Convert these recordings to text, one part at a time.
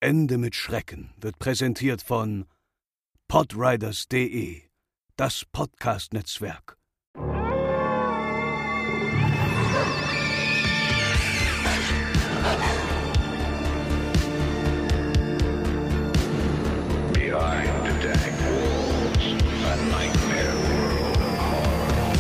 Ende mit Schrecken wird präsentiert von podriders.de, das Podcast-Netzwerk. Behind the dank walls, a nightmare world of horror.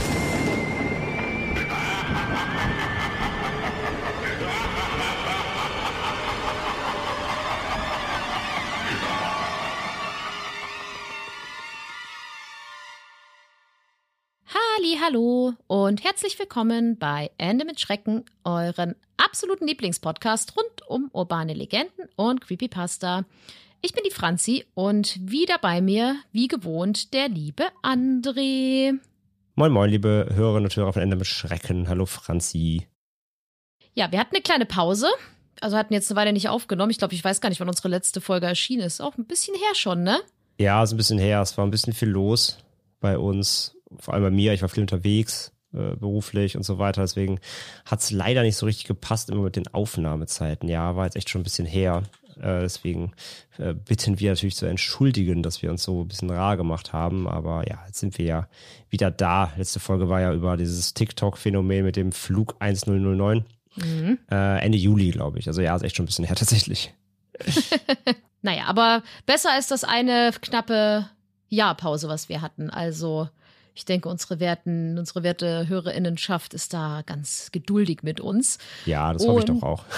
Hallo und herzlich willkommen bei Ende mit Schrecken, euren absoluten Lieblingspodcast rund um urbane Legenden und Creepypasta. Ich bin die Franzi und wieder bei mir, wie gewohnt, der liebe André. Moin moin, liebe Hörerinnen und Hörer von Ende mit Schrecken. Hallo Franzi. Ja, wir hatten eine kleine Pause, also hatten jetzt eine Weile nicht aufgenommen. Ich glaube, ich weiß gar nicht, wann unsere letzte Folge erschienen ist. Auch ein bisschen her schon, ne? Ja, ist ein bisschen her. Es war ein bisschen viel los bei uns. Vor allem bei mir. Ich war viel unterwegs, beruflich und so weiter. Deswegen hat es leider nicht so richtig gepasst immer mit den Aufnahmezeiten. Ja, war jetzt echt schon ein bisschen her. Deswegen bitten wir natürlich zu entschuldigen, dass wir uns so ein bisschen rar gemacht haben. Aber ja, jetzt sind wir ja wieder da. Letzte Folge war ja über dieses TikTok-Phänomen mit dem Flug 1009. Ende Juli, glaube ich. Also ja, ist echt schon ein bisschen her tatsächlich. Naja, aber besser ist das eine knappe Jahrpause, was wir hatten. Also ich denke, unsere werte Hörerinnenschaft ist da ganz geduldig mit uns. Ja, das hoffe ich doch auch.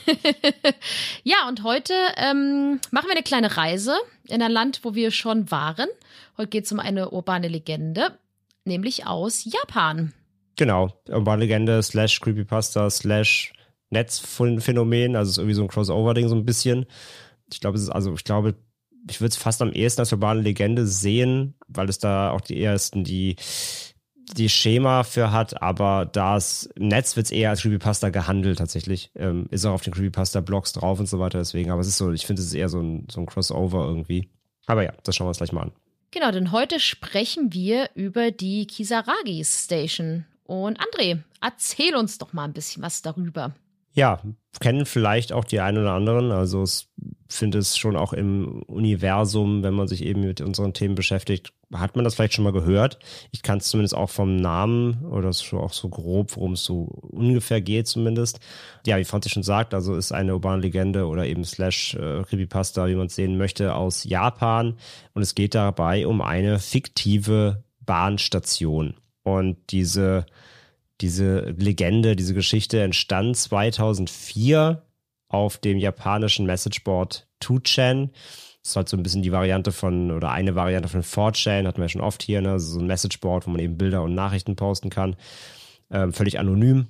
Ja, und heute machen wir eine kleine Reise in ein Land, wo wir schon waren. Heute geht es um eine urbane Legende, nämlich aus Japan. Genau, urbane Legende / Creepypasta / Netzphänomen, also ist irgendwie so ein Crossover-Ding so ein bisschen. Ich würde es fast am ehesten als urbane Legende sehen, weil es da auch die ersten die Schema für hat, aber im Netz wird es eher als Creepypasta gehandelt tatsächlich. Ist auch auf den Creepypasta-Blogs drauf und so weiter, deswegen, aber es ist so, ich finde, es ist eher so ein Crossover irgendwie. Aber ja, das schauen wir uns gleich mal an. Genau, denn heute sprechen wir über die Kisaragi Station. Und André, erzähl uns doch mal ein bisschen was darüber. Ja, kennen vielleicht auch die einen oder anderen. Also ich finde es schon auch im Universum, wenn man sich eben mit unseren Themen beschäftigt, hat man das vielleicht schon mal gehört. Ich kann es zumindest auch vom Namen oder auch so grob, worum es so ungefähr geht zumindest. Ja, wie Franzi schon sagt, also ist eine urbane Legende oder eben / Creepypasta, wie man es sehen möchte, aus Japan. Und es geht dabei um eine fiktive Bahnstation. Und diese Legende, diese Geschichte entstand 2004 auf dem japanischen Messageboard 2chan. Das ist halt so ein bisschen die Variante eine Variante von 4chan, hatten wir ja schon oft hier, ne? Also so ein Messageboard, wo man eben Bilder und Nachrichten posten kann. Völlig anonym.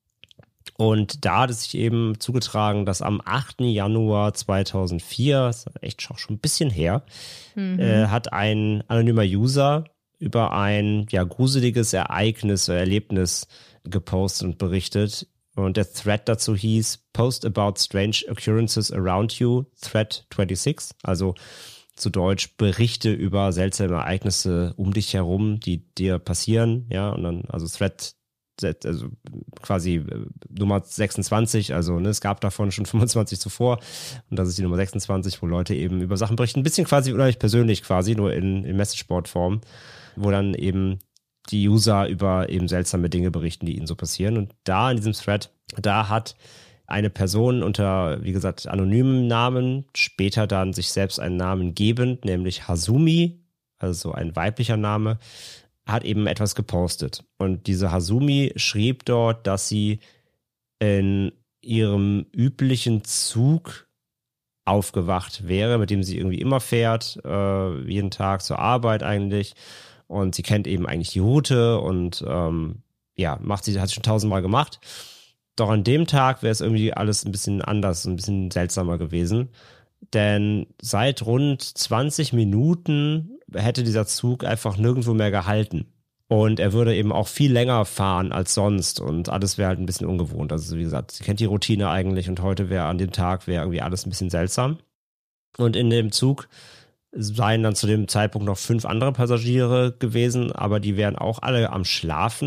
Und da hat es sich eben zugetragen, dass am 8. Januar 2004, das ist echt auch schon ein bisschen her, hat ein anonymer User über ein gruseliges Ereignis oder Erlebnis gepostet und berichtet. Und der Thread dazu hieß Post about strange occurrences around you, Thread 26. Also zu Deutsch Berichte über seltsame Ereignisse um dich herum, die dir passieren. Ja, und dann also Thread, also quasi Nummer 26, also es gab davon schon 25 zuvor und das ist die Nummer 26, wo Leute eben über Sachen berichten, ein bisschen quasi unheimlich persönlich quasi, nur in Messageboard-Form, wo dann eben die User über eben seltsame Dinge berichten, die ihnen so passieren. Und da in diesem Thread, da hat eine Person unter, wie gesagt, anonymen Namen, später dann sich selbst einen Namen gebend, nämlich Hasumi, also ein weiblicher Name, hat eben etwas gepostet. Und diese Hasumi schrieb dort, dass sie in ihrem üblichen Zug aufgewacht wäre, mit dem sie irgendwie immer fährt, jeden Tag zur Arbeit eigentlich. Und sie kennt eben eigentlich die Route und hat sie schon 1000-mal gemacht. Doch an dem Tag wäre es irgendwie alles ein bisschen anders, ein bisschen seltsamer gewesen. Denn seit rund 20 Minuten hätte dieser Zug einfach nirgendwo mehr gehalten. Und er würde eben auch viel länger fahren als sonst und alles wäre halt ein bisschen ungewohnt. Also wie gesagt, sie kennt die Routine eigentlich und heute an dem Tag wäre irgendwie alles ein bisschen seltsam. Und in dem Zug seien dann zu dem Zeitpunkt noch 5 andere Passagiere gewesen, aber die wären auch alle am Schlafen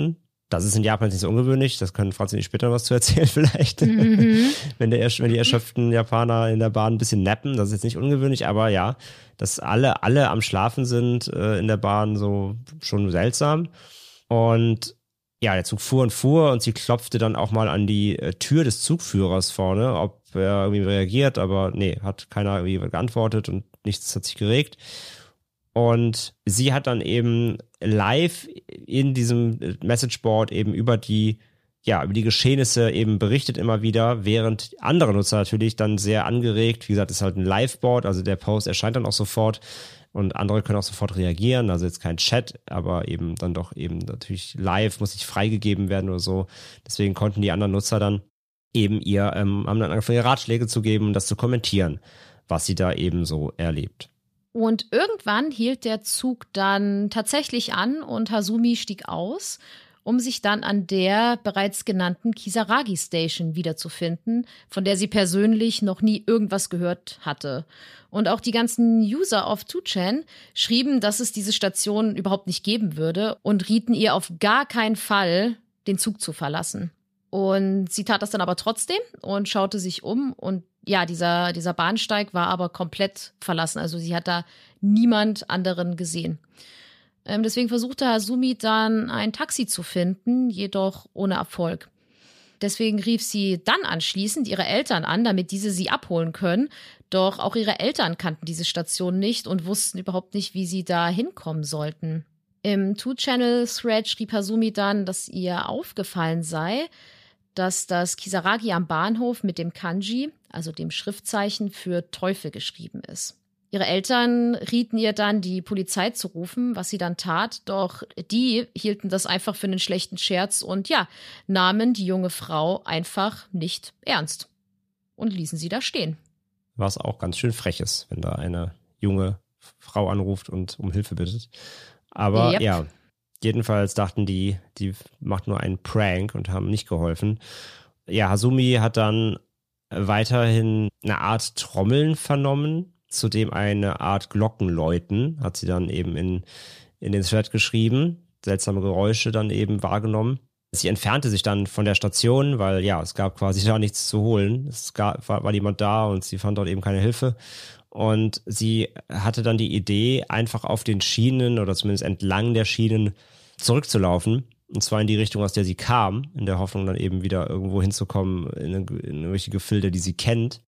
Das ist in Japan nicht so ungewöhnlich, das können Franz und ich später was zu erzählen vielleicht. Wenn die erschöpften Japaner in der Bahn ein bisschen nappen, das ist jetzt nicht ungewöhnlich, aber ja, dass alle am Schlafen sind in der Bahn, so schon seltsam. Und ja, der Zug fuhr und sie klopfte dann auch mal an die Tür des Zugführers vorne, ob er irgendwie reagiert, aber nee, hat keiner irgendwie geantwortet und nichts hat sich geregt. Und sie hat dann eben live in diesem Messageboard eben über die Geschehnisse eben berichtet immer wieder, während andere Nutzer natürlich dann sehr angeregt, wie gesagt, ist halt ein Liveboard, also der Post erscheint dann auch sofort und andere können auch sofort reagieren, also jetzt kein Chat, aber eben dann doch eben natürlich live, muss nicht freigegeben werden oder so. Deswegen konnten die anderen Nutzer dann eben haben dann angefangen, ihre Ratschläge zu geben und das zu kommentieren, was sie da eben so erlebt. Und irgendwann hielt der Zug dann tatsächlich an und Hasumi stieg aus, um sich dann an der bereits genannten Kisaragi Station wiederzufinden, von der sie persönlich noch nie irgendwas gehört hatte. Und auch die ganzen User auf 2chan schrieben, dass es diese Station überhaupt nicht geben würde und rieten ihr auf gar keinen Fall, den Zug zu verlassen. Und sie tat das dann aber trotzdem und schaute sich um und ja, dieser Bahnsteig war aber komplett verlassen. Also sie hat da niemand anderen gesehen. Deswegen versuchte Hasumi dann ein Taxi zu finden, jedoch ohne Erfolg. Deswegen rief sie dann anschließend ihre Eltern an, damit diese sie abholen können. Doch auch ihre Eltern kannten diese Station nicht und wussten überhaupt nicht, wie sie da hinkommen sollten. Im 2-Channel-Thread schrieb Hasumi dann, dass ihr aufgefallen sei, dass das Kisaragi am Bahnhof mit dem Kanji, also dem Schriftzeichen für Teufel, geschrieben ist. Ihre Eltern rieten ihr dann, die Polizei zu rufen, was sie dann tat, doch die hielten das einfach für einen schlechten Scherz und ja, nahmen die junge Frau einfach nicht ernst und ließen sie da stehen. Was auch ganz schön frech ist, wenn da eine junge Frau anruft und um Hilfe bittet. Aber Yep. Ja, jedenfalls dachten die macht nur einen Prank und haben nicht geholfen. Ja, Hasumi hat dann weiterhin eine Art Trommeln vernommen, zudem eine Art Glockenläuten, hat sie dann eben in den Thread geschrieben, seltsame Geräusche dann eben wahrgenommen. Sie entfernte sich dann von der Station, weil ja, es gab quasi da nichts zu holen. War jemand da und sie fand dort eben keine Hilfe. Und sie hatte dann die Idee, einfach auf den Schienen oder zumindest entlang der Schienen zurückzulaufen. Und zwar in die Richtung, aus der sie kam, in der Hoffnung dann eben wieder irgendwo hinzukommen, in irgendwelche Gefilde, die sie kennt.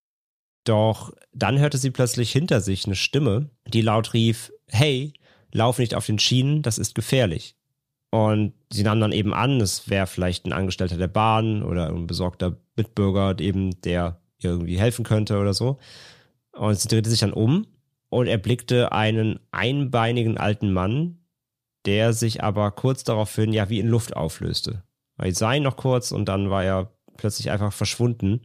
Doch dann hörte sie plötzlich hinter sich eine Stimme, die laut rief, hey, lauf nicht auf den Schienen, das ist gefährlich. Und sie nahm dann eben an, es wäre vielleicht ein Angestellter der Bahn oder ein besorgter Mitbürger eben, der ihr irgendwie helfen könnte oder so. Und sie drehte sich dann um und erblickte einen einbeinigen alten Mann, der sich aber kurz daraufhin ja wie in Luft auflöste. Ich sah ihn noch kurz und dann war er plötzlich einfach verschwunden.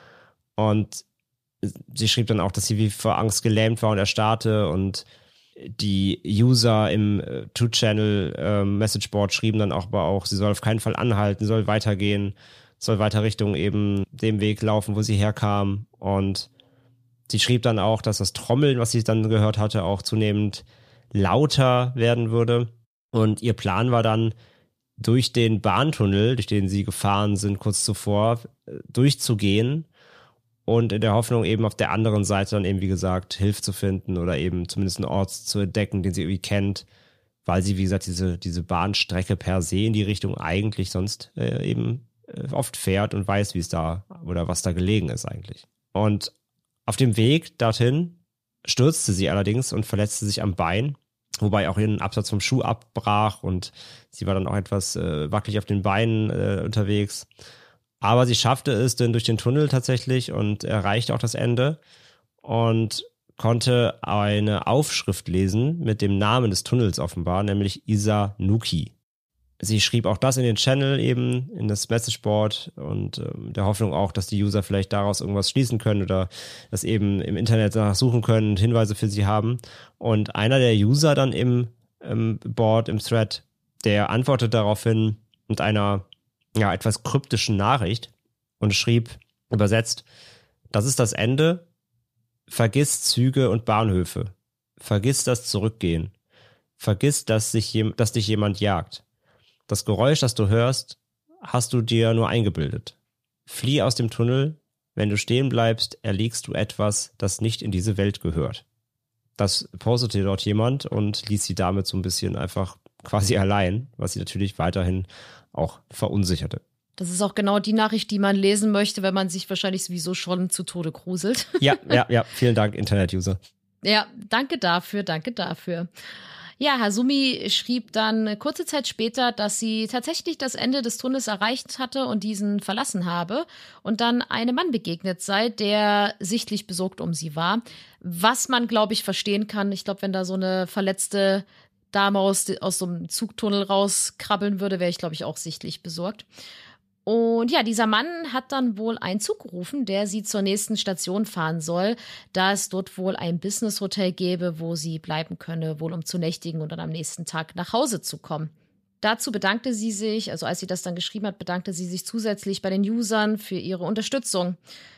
Und sie schrieb dann auch, dass sie wie vor Angst gelähmt war und erstarrte und die User im 2-Channel Messageboard schrieben dann aber auch, sie soll auf keinen Fall anhalten, soll weitergehen, soll weiter Richtung eben dem Weg laufen, wo sie herkam. Und sie schrieb dann auch, dass das Trommeln, was sie dann gehört hatte, auch zunehmend lauter werden würde. Und ihr Plan war dann, durch den Bahntunnel, durch den sie gefahren sind kurz zuvor, durchzugehen und in der Hoffnung eben auf der anderen Seite dann eben, wie gesagt, Hilfe zu finden oder eben zumindest einen Ort zu entdecken, den sie irgendwie kennt, weil sie, wie gesagt, diese Bahnstrecke per se in die Richtung eigentlich sonst eben oft fährt und weiß, wie es da oder was da gelegen ist eigentlich. Und auf dem Weg dorthin stürzte sie allerdings und verletzte sich am Bein, wobei auch ihren Absatz vom Schuh abbrach und sie war dann auch etwas wackelig auf den Beinen unterwegs. Aber sie schaffte es dann durch den Tunnel tatsächlich und erreichte auch das Ende und konnte eine Aufschrift lesen mit dem Namen des Tunnels offenbar, nämlich Isanuki. Sie schrieb auch das in den Channel eben, in das Messageboard und der Hoffnung auch, dass die User vielleicht daraus irgendwas schließen können oder das eben im Internet danach suchen können und Hinweise für sie haben. Und einer der User dann im Board, im Thread, der antwortet daraufhin mit einer etwas kryptischen Nachricht und schrieb, übersetzt, das ist das Ende, vergiss Züge und Bahnhöfe, vergiss das Zurückgehen, vergiss, dass dich jemand jagt. Das Geräusch, das du hörst, hast du dir nur eingebildet. Flieh aus dem Tunnel. Wenn du stehen bleibst, erlegst du etwas, das nicht in diese Welt gehört. Das postete dort jemand und ließ sie damit so ein bisschen einfach quasi allein, was sie natürlich weiterhin auch verunsicherte. Das ist auch genau die Nachricht, die man lesen möchte, wenn man sich wahrscheinlich sowieso schon zu Tode gruselt. Ja, vielen Dank, Internet-User. Ja, danke dafür. Ja, Hasumi schrieb dann kurze Zeit später, dass sie tatsächlich das Ende des Tunnels erreicht hatte und diesen verlassen habe und dann einem Mann begegnet sei, der sichtlich besorgt um sie war. Was man, glaube ich, verstehen kann. Ich glaube, wenn da so eine verletzte Dame aus so einem Zugtunnel rauskrabbeln würde, wäre ich, glaube ich, auch sichtlich besorgt. Und ja, dieser Mann hat dann wohl einen Zug gerufen, der sie zur nächsten Station fahren soll, da es dort wohl ein Business-Hotel gäbe, wo sie bleiben könne, wohl um zu nächtigen und dann am nächsten Tag nach Hause zu kommen. Dazu bedankte sie sich, also als sie das dann geschrieben hat, bedankte sie sich zusätzlich bei den Usern für ihre Unterstützung.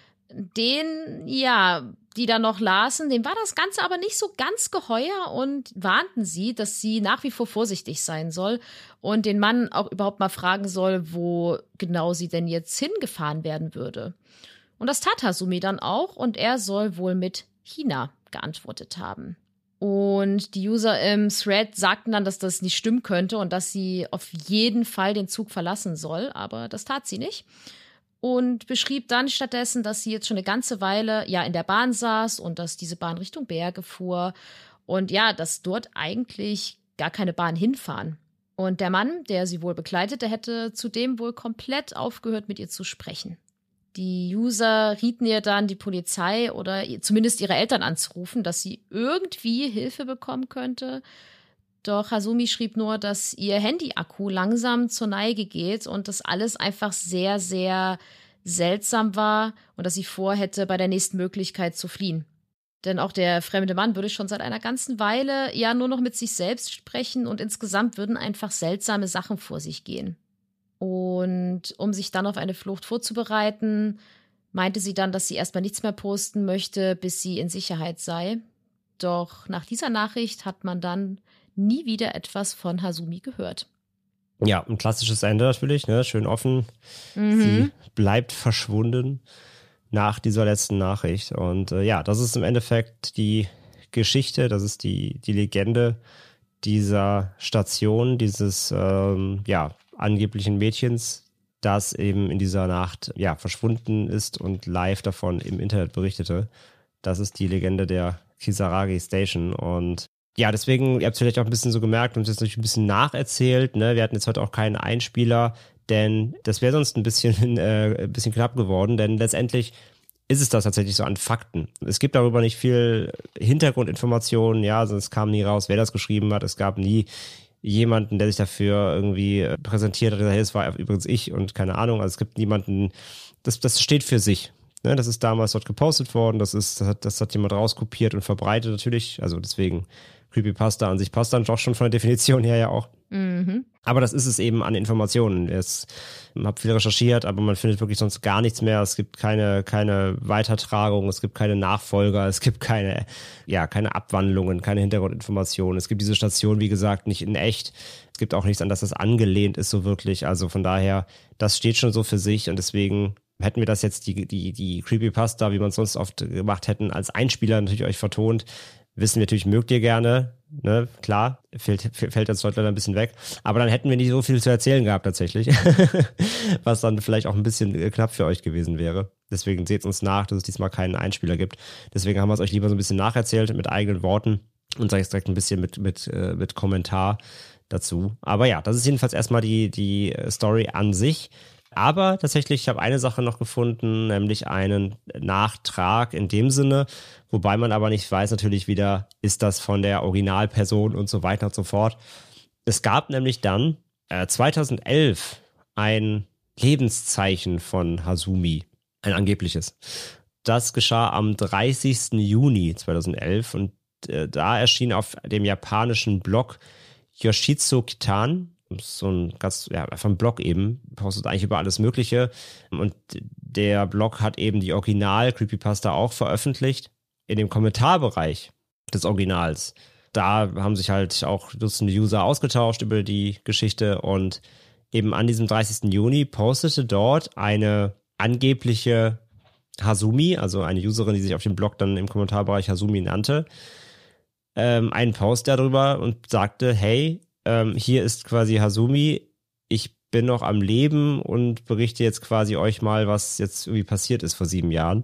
Die da noch lasen, dem war das Ganze aber nicht so ganz geheuer und warnten sie, dass sie nach wie vor vorsichtig sein soll und den Mann auch überhaupt mal fragen soll, wo genau sie denn jetzt hingefahren werden würde. Und das tat Hasumi dann auch und er soll wohl mit China geantwortet haben. Und die User im Thread sagten dann, dass das nicht stimmen könnte und dass sie auf jeden Fall den Zug verlassen soll, aber das tat sie nicht. Und beschrieb dann stattdessen, dass sie jetzt schon eine ganze Weile in der Bahn saß und dass diese Bahn Richtung Berge fuhr und dass dort eigentlich gar keine Bahn hinfahren. Und der Mann, der sie wohl begleitete, hätte zudem wohl komplett aufgehört, mit ihr zu sprechen. Die User rieten ihr dann, die Polizei oder zumindest ihre Eltern anzurufen, dass sie irgendwie Hilfe bekommen könnte. Doch Hasumi schrieb nur, dass ihr Handy-Akku langsam zur Neige geht und das alles einfach sehr, sehr seltsam war und dass sie vorhätte, bei der nächsten Möglichkeit zu fliehen. Denn auch der fremde Mann würde schon seit einer ganzen Weile nur noch mit sich selbst sprechen und insgesamt würden einfach seltsame Sachen vor sich gehen. Und um sich dann auf eine Flucht vorzubereiten, meinte sie dann, dass sie erstmal nichts mehr posten möchte, bis sie in Sicherheit sei. Doch nach dieser Nachricht hat man dann nie wieder etwas von Hasumi gehört. Ja, ein klassisches Ende natürlich, ne? Schön offen. Sie bleibt verschwunden nach dieser letzten Nachricht. Und das ist im Endeffekt die Geschichte, das ist die Legende dieser Station, dieses angeblichen Mädchens, das eben in dieser Nacht verschwunden ist und live davon im Internet berichtete. Das ist die Legende der Kisaragi Station. Und deswegen, ihr habt es vielleicht auch ein bisschen so gemerkt und jetzt natürlich ein bisschen nacherzählt, ne? Wir hatten jetzt heute auch keinen Einspieler, denn das wäre sonst ein bisschen knapp geworden, denn letztendlich ist es das tatsächlich so an Fakten. Es gibt darüber nicht viel Hintergrundinformationen, also es kam nie raus, wer das geschrieben hat, es gab nie jemanden, der sich dafür irgendwie präsentiert hat, hey, es war übrigens ich und keine Ahnung, also es gibt niemanden, das steht für sich. Ne, das ist damals dort gepostet worden, das hat jemand rauskopiert und verbreitet natürlich, also deswegen Creepypasta an sich passt dann doch schon von der Definition her ja auch. Mhm. Aber das ist es eben an Informationen. Ich habe viel recherchiert, aber man findet wirklich sonst gar nichts mehr. Es gibt keine Weitertragung, es gibt keine Nachfolger, es gibt keine Abwandlungen, keine Hintergrundinformationen. Es gibt diese Station, wie gesagt, nicht in echt. Es gibt auch nichts, an das das angelehnt ist so wirklich. Also von daher, das steht schon so für sich und deswegen hätten wir das jetzt die Creepypasta, wie man es sonst oft gemacht hätten, als Einspieler natürlich euch vertont. Wissen wir natürlich, mögt ihr gerne, ne, klar, fällt jetzt heute leider ein bisschen weg, aber dann hätten wir nicht so viel zu erzählen gehabt tatsächlich, was dann vielleicht auch ein bisschen knapp für euch gewesen wäre. Deswegen seht uns nach, dass es diesmal keinen Einspieler gibt. Deswegen haben wir es euch lieber so ein bisschen nacherzählt mit eigenen Worten und sage ich direkt ein bisschen mit Kommentar dazu. Aber das ist jedenfalls erstmal die Story an sich. Aber tatsächlich, ich habe eine Sache noch gefunden, nämlich einen Nachtrag in dem Sinne, wobei man aber nicht weiß natürlich wieder, ist das von der Originalperson und so weiter und so fort. Es gab nämlich dann 2011 ein Lebenszeichen von Hasumi, ein angebliches. Das geschah am 30. Juni 2011 und da erschien auf dem japanischen Blog Yoshitsu Kitan, so ein ganz, einfach ein Blog eben, postet eigentlich über alles Mögliche und der Blog hat eben die Original-Creepypasta auch veröffentlicht. In dem Kommentarbereich des Originals da haben sich halt auch Dutzende User ausgetauscht über die Geschichte und eben an diesem 30. Juni postete dort eine angebliche Hasumi, also eine Userin, die sich auf dem Blog dann im Kommentarbereich Hasumi nannte, einen Post darüber und sagte, hey, hier ist quasi Hasumi, ich bin noch am Leben und berichte jetzt quasi euch mal, was jetzt irgendwie passiert ist vor 7 Jahren.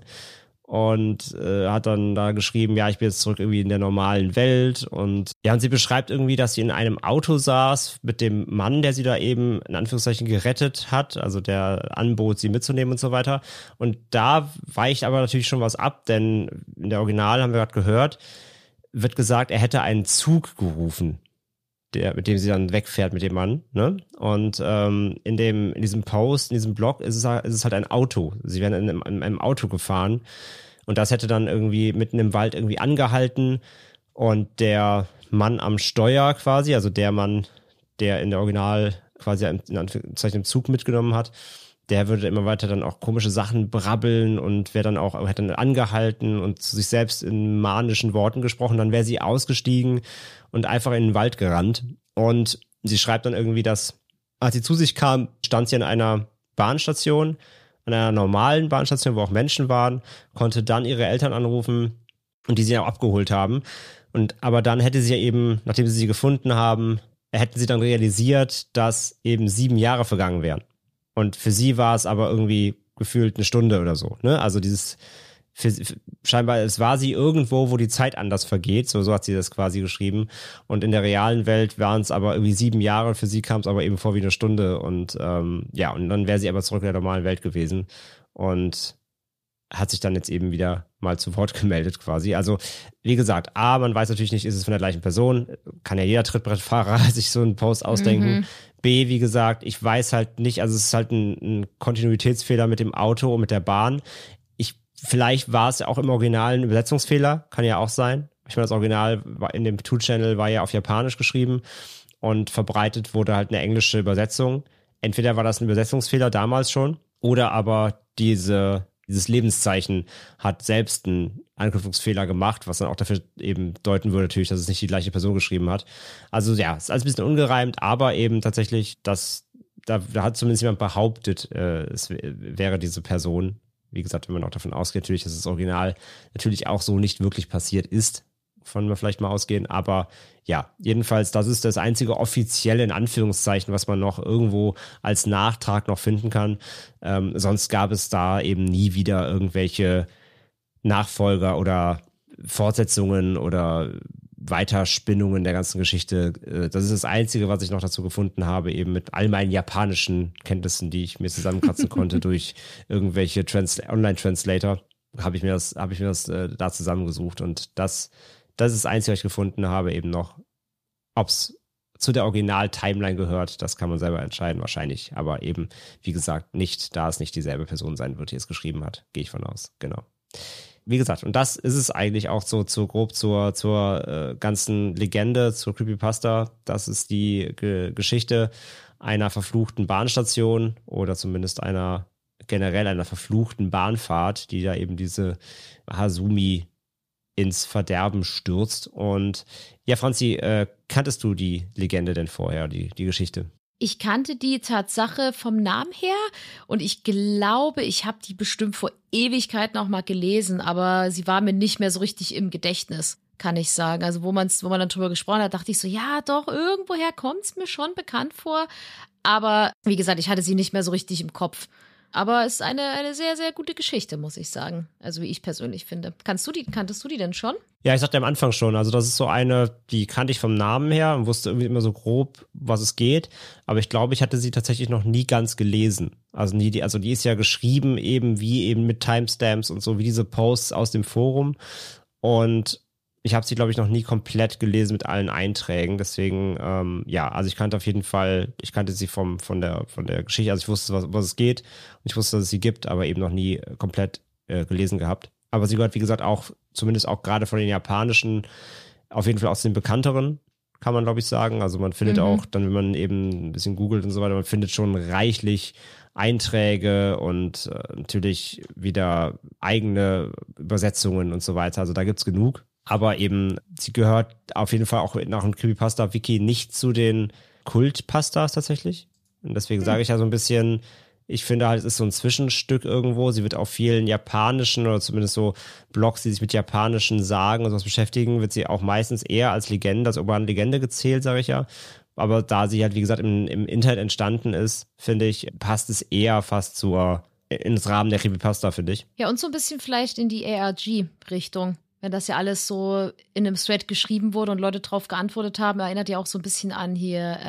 Und hat dann da geschrieben, ja, ich bin jetzt zurück irgendwie in der normalen Welt. Und ja, und sie beschreibt irgendwie, dass sie in einem Auto saß mit dem Mann, der sie da eben in Anführungszeichen gerettet hat, also der anbot, sie mitzunehmen und so weiter. Und da weicht aber natürlich schon was ab, denn in der Original, haben wir gerade gehört, wird gesagt, er hätte einen Zug gerufen, mit dem sie dann wegfährt mit dem Mann, ne? Und in diesem Post, in diesem Blog ist es halt ein Auto. Sie werden in einem Auto gefahren und das hätte dann irgendwie mitten im Wald irgendwie angehalten und der Mann am Steuer quasi, also der Mann, der in der Original quasi in Anführungszeichen im Zug mitgenommen hat, der würde immer weiter dann auch komische Sachen brabbeln und hätte dann angehalten und zu sich selbst in manischen Worten gesprochen. Dann wäre sie ausgestiegen und einfach in den Wald gerannt. Und sie schreibt dann irgendwie, dass, als sie zu sich kam, stand sie an einer Bahnstation, an einer normalen Bahnstation, wo auch Menschen waren, konnte dann ihre Eltern anrufen und die sie auch abgeholt haben. Aber dann hätte sie ja eben, nachdem sie gefunden haben, hätten sie dann realisiert, dass eben 7 Jahre vergangen wären. Und für sie war es aber irgendwie gefühlt 1 Stunde oder so, ne? Also scheinbar, es war sie irgendwo, wo die Zeit anders vergeht, so hat sie das quasi geschrieben. Und in der realen Welt waren es aber irgendwie 7 Jahre, für sie kam es aber eben vor wie 1 Stunde. Und und dann wäre sie aber zurück in der normalen Welt gewesen. Und hat sich dann jetzt eben wieder mal zu Wort gemeldet quasi. Also, wie gesagt, A, man weiß natürlich nicht, ist es von der gleichen Person, kann ja jeder Trittbrettfahrer sich so einen Post ausdenken. B, wie gesagt, ich weiß halt nicht, also es ist halt ein Kontinuitätsfehler mit dem Auto und mit der Bahn. Vielleicht war es ja auch im Original ein Übersetzungsfehler, kann ja auch sein. Ich meine, das Original in dem Two-Channel war ja auf Japanisch geschrieben und verbreitet wurde halt eine englische Übersetzung. Entweder war das ein Übersetzungsfehler damals schon oder aber dieses Lebenszeichen hat selbst einen Anknüpfungsfehler gemacht, was dann auch dafür eben deuten würde natürlich, dass es nicht die gleiche Person geschrieben hat. Also ja, es ist alles ein bisschen ungereimt, aber eben tatsächlich, da hat zumindest jemand behauptet, es wäre diese Person. Wie gesagt, wenn man auch davon ausgeht, natürlich, dass das Original natürlich auch so nicht wirklich passiert ist, von wir vielleicht mal ausgehen. Aber ja, jedenfalls, das ist das einzige offizielle, in Anführungszeichen, was man noch irgendwo als Nachtrag noch finden kann. Sonst gab es da eben nie wieder irgendwelche Nachfolger oder Fortsetzungen oder Weiterspinnungen der ganzen Geschichte. Das ist das Einzige, was ich noch dazu gefunden habe, eben mit all meinen japanischen Kenntnissen, die ich mir zusammenkratzen konnte durch irgendwelche Online-Translator, habe ich mir das da zusammengesucht. Und das ist das Einzige, was ich gefunden habe, eben noch. Ob es zu der Original-Timeline gehört, das kann man selber entscheiden, wahrscheinlich. Aber eben, wie gesagt, nicht, da es nicht dieselbe Person sein wird, die es geschrieben hat. Gehe ich von aus, genau. Wie gesagt, und das ist es eigentlich auch so grob zur ganzen Legende, zur Creepypasta. Das ist die Geschichte einer verfluchten Bahnstation oder zumindest generell einer verfluchten Bahnfahrt, die da eben diese Hasumi ins Verderben stürzt. Und ja, Franzi, kanntest du die Legende denn vorher, die Geschichte? Ich kannte die Tatsache vom Namen her und ich glaube, ich habe die bestimmt vor Ewigkeiten auch mal gelesen, aber sie war mir nicht mehr so richtig im Gedächtnis, kann ich sagen. Also wo man dann drüber gesprochen hat, dachte ich so, ja doch, irgendwoher kommt es mir schon bekannt vor. Aber wie gesagt, ich hatte sie nicht mehr so richtig im Kopf. Aber es ist eine sehr, sehr gute Geschichte, muss ich sagen. Also wie ich persönlich finde. Kanntest du die denn schon? Ja, ich sagte am Anfang schon, also das ist so eine, die kannte ich vom Namen her und wusste irgendwie immer so grob, was es geht. Aber ich glaube, ich hatte sie tatsächlich noch nie ganz gelesen. Also die ist ja geschrieben wie mit Timestamps und so, wie diese Posts aus dem Forum. Und ich habe sie, glaube ich, noch nie komplett gelesen mit allen Einträgen. Deswegen, also ich kannte sie von der Geschichte. Also ich wusste, was es geht. Und ich wusste, dass es sie gibt, aber eben noch nie komplett gelesen gehabt. Aber sie gehört, wie gesagt, auch, zumindest auch gerade von den japanischen, auf jeden Fall aus den bekannteren, kann man, glaube ich, sagen. Also man findet auch dann, wenn man eben ein bisschen googelt und so weiter, man findet schon reichlich Einträge und natürlich wieder eigene Übersetzungen und so weiter. Also da gibt's genug. Aber eben, sie gehört auf jeden Fall auch nach dem Creepypasta-Wiki nicht zu den Kultpastas tatsächlich. Und deswegen sage ich ja so ein bisschen, ich finde halt, es ist so ein Zwischenstück irgendwo. Sie wird auf vielen japanischen oder zumindest so Blogs, die sich mit japanischen Sagen und sowas beschäftigen, wird sie auch meistens eher als Legende, als urbane Legende gezählt, sage ich ja. Aber da sie halt, wie gesagt, im Internet entstanden ist, finde ich, passt es eher fast ins Rahmen der Creepypasta, finde ich. Ja, und so ein bisschen vielleicht in die ARG-Richtung. Wenn das ja alles so in einem Thread geschrieben wurde und Leute drauf geantwortet haben, erinnert ja auch so ein bisschen an hier,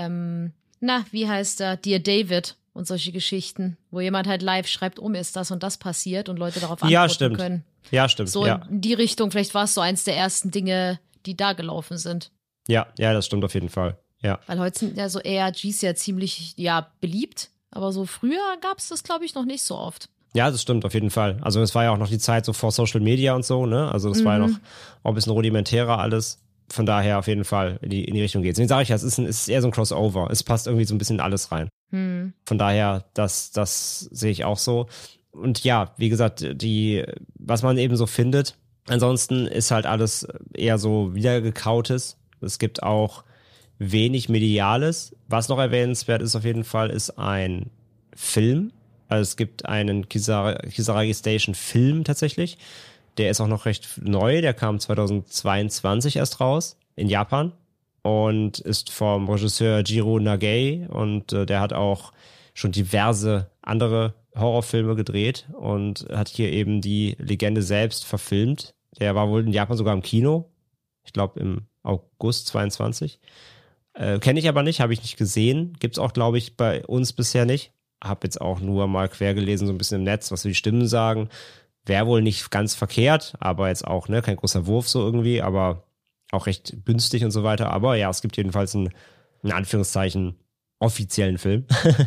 wie heißt er? Dear David und solche Geschichten, wo jemand halt live schreibt, mir ist das und das passiert und Leute darauf antworten können. Ja, stimmt. So ja. in die Richtung, vielleicht war es so eins der ersten Dinge, die da gelaufen sind. Ja, das stimmt auf jeden Fall. Ja. Weil heute sind ja so ARGs ja ziemlich, beliebt, aber so früher gab es das, glaube ich, noch nicht so oft. Ja, das stimmt auf jeden Fall. Also es war ja auch noch die Zeit so vor Social Media und so, ne? Also das war ja noch auch ein bisschen rudimentärer alles. Von daher auf jeden Fall in die Richtung geht. Deswegen sage ich ja, es ist eher so ein Crossover. Es passt irgendwie so ein bisschen in alles rein. Von daher, das sehe ich auch so. Und ja, wie gesagt, was man eben so findet, ansonsten ist halt alles eher so wiedergekautes. Es gibt auch wenig Mediales. Was noch erwähnenswert ist auf jeden Fall, ist ein Film. Also es gibt einen Kisaragi Station Film tatsächlich. Der ist auch noch recht neu. Der kam 2022 erst raus in Japan und ist vom Regisseur Jiro Nagay. Und der hat auch schon diverse andere Horrorfilme gedreht und hat hier eben die Legende selbst verfilmt. Der war wohl in Japan sogar im Kino. Ich glaube im August 22. Kenne ich aber nicht, habe ich nicht gesehen. Gibt's auch, glaube ich, bei uns bisher nicht. Hab jetzt auch nur mal quer gelesen, so ein bisschen im Netz, was so die Stimmen sagen. Wäre wohl nicht ganz verkehrt, aber jetzt auch, kein großer Wurf so irgendwie, aber auch recht günstig und so weiter. Aber ja, es gibt jedenfalls einen, in Anführungszeichen, offiziellen Film.